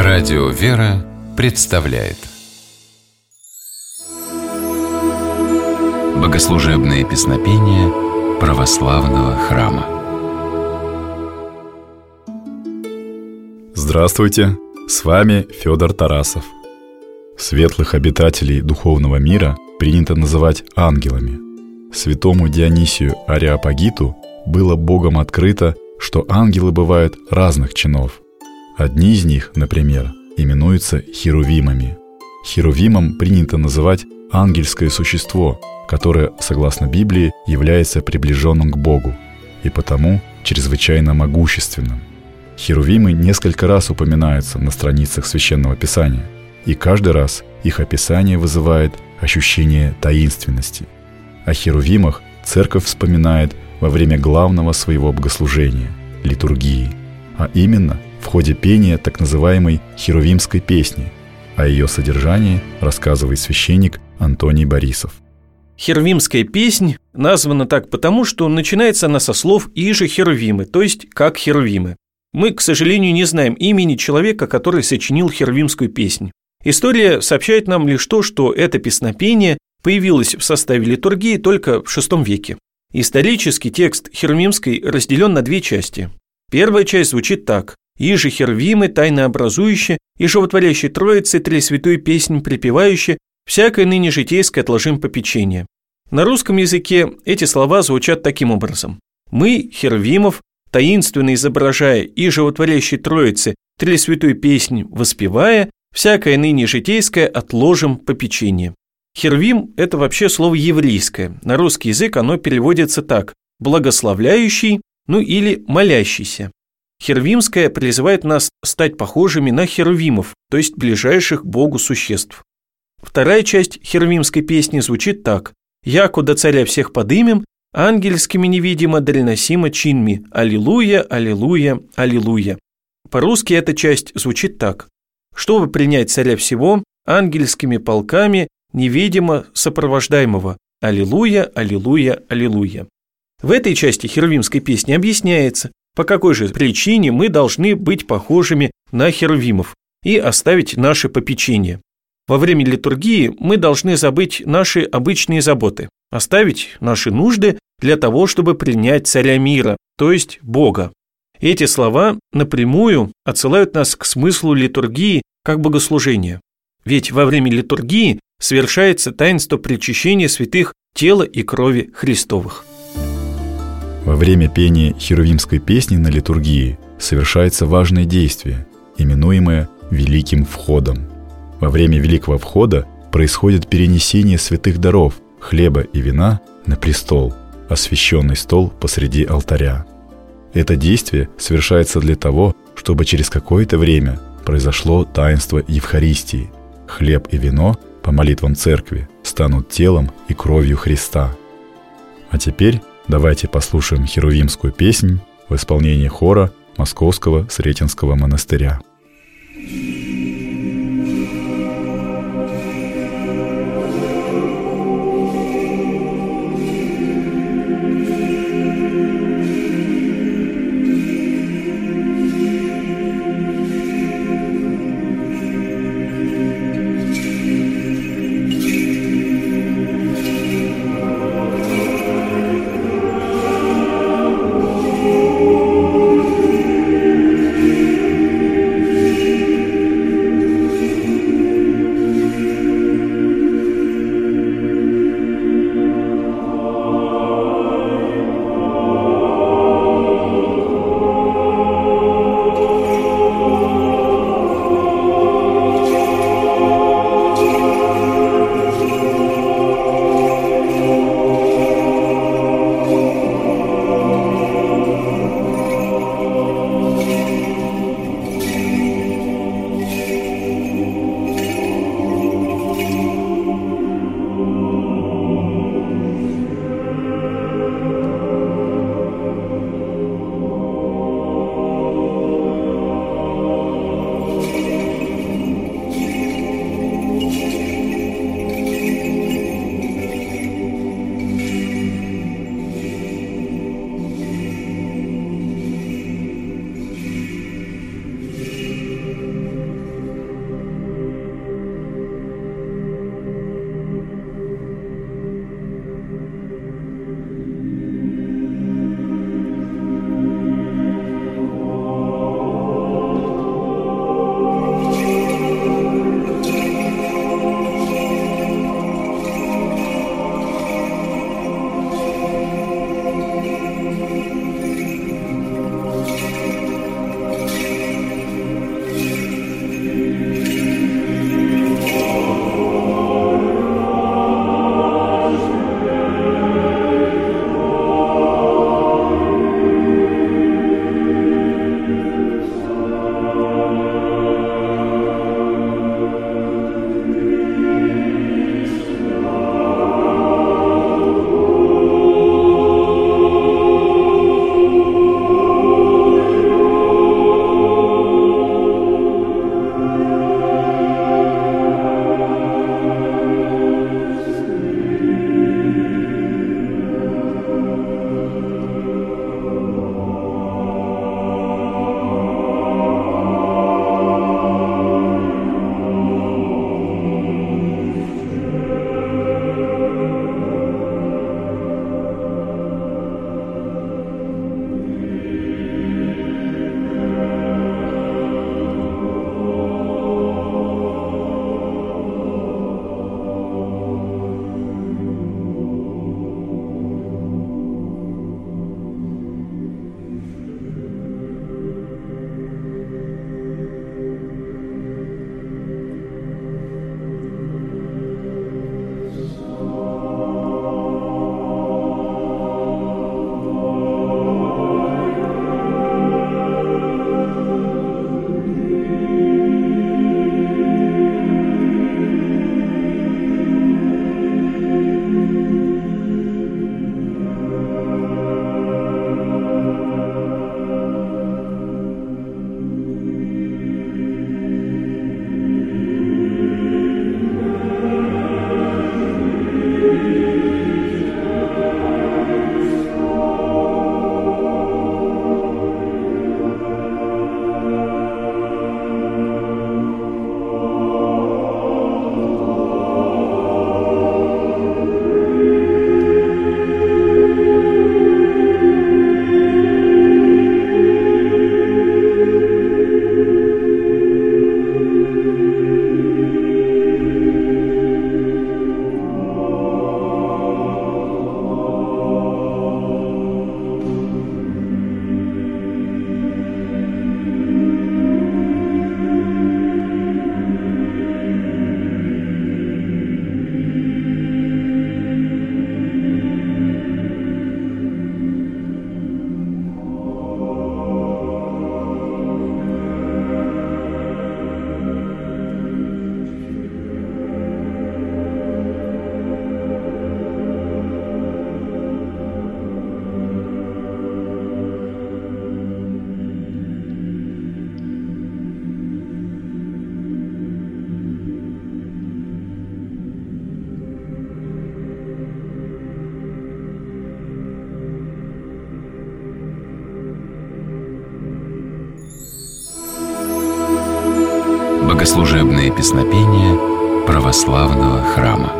Радио «Вера» представляет богослужебные песнопения православного храма. Здравствуйте! С вами Федор Тарасов. Светлых обитателей духовного мира принято называть ангелами. Святому Дионисию Ареопагиту было Богом открыто, что ангелы бывают разных чинов. Одни из них, например, именуются херувимами. Херувимом принято называть ангельское существо, которое, согласно Библии, является приближенным к Богу и потому чрезвычайно могущественным. Херувимы несколько раз упоминаются на страницах Священного Писания, и каждый раз их описание вызывает ощущение таинственности. О херувимах Церковь вспоминает во время главного своего богослужения – литургии, а именно в ходе пения так называемой херувимской песни. О ее содержании рассказывает священник Антоний Борисов. Херувимская песнь названа так потому, что начинается она со слов «иже херувимы», то есть «как херувимы». Мы, к сожалению, не знаем имени человека, который сочинил херувимскую песнь. История сообщает нам лишь то, что это песнопение появилось в составе литургии только в VI веке. Исторический текст херувимской разделен на две части. Первая часть звучит так: «Иже херувимы, тайнообразующе, и животворящей Троицы тресвятую песнь припевающе, всякое ныне житейское отложим попечение». На русском языке эти слова звучат таким образом: «Мы, херувимов, таинственно изображая и животворящей Троицы тресвятую песнь воспевая, всякое ныне житейское отложим попечение». Херувим – это вообще слово еврейское. На русский язык оно переводится так: «благословляющий», ну или «молящийся». Херувимская призывает нас стать похожими на херувимов, то есть ближайших к Богу существ. Вторая часть херувимской песни звучит так: «Яко до царя всех подымем, ангельскими невидимо дальносимо чинми, аллилуйя, аллилуйя, аллилуйя». По-русски эта часть звучит так: «Чтобы принять царя всего, ангельскими полками невидимо сопровождаемого, аллилуйя, аллилуйя, аллилуйя». В этой части херувимской песни объясняется, по какой же причине мы должны быть похожими на херувимов и оставить наше попечение. Во время литургии мы должны забыть наши обычные заботы, оставить наши нужды для того, чтобы принять царя мира, то есть Бога. Эти слова напрямую отсылают нас к смыслу литургии как богослужения. Ведь во время литургии совершается таинство причащения святых тела и крови Христовых. Во время пения херувимской песни на литургии совершается важное действие, именуемое «Великим входом». Во время Великого входа происходит перенесение святых даров, хлеба и вина, на престол, освященный стол посреди алтаря. Это действие совершается для того, чтобы через какое-то время произошло таинство Евхаристии. Хлеб и вино, по молитвам Церкви, станут телом и кровью Христа. А теперь давайте послушаем херувимскую песнь в исполнении хора Московского Сретенского монастыря. Богослужебные песнопения православного храма.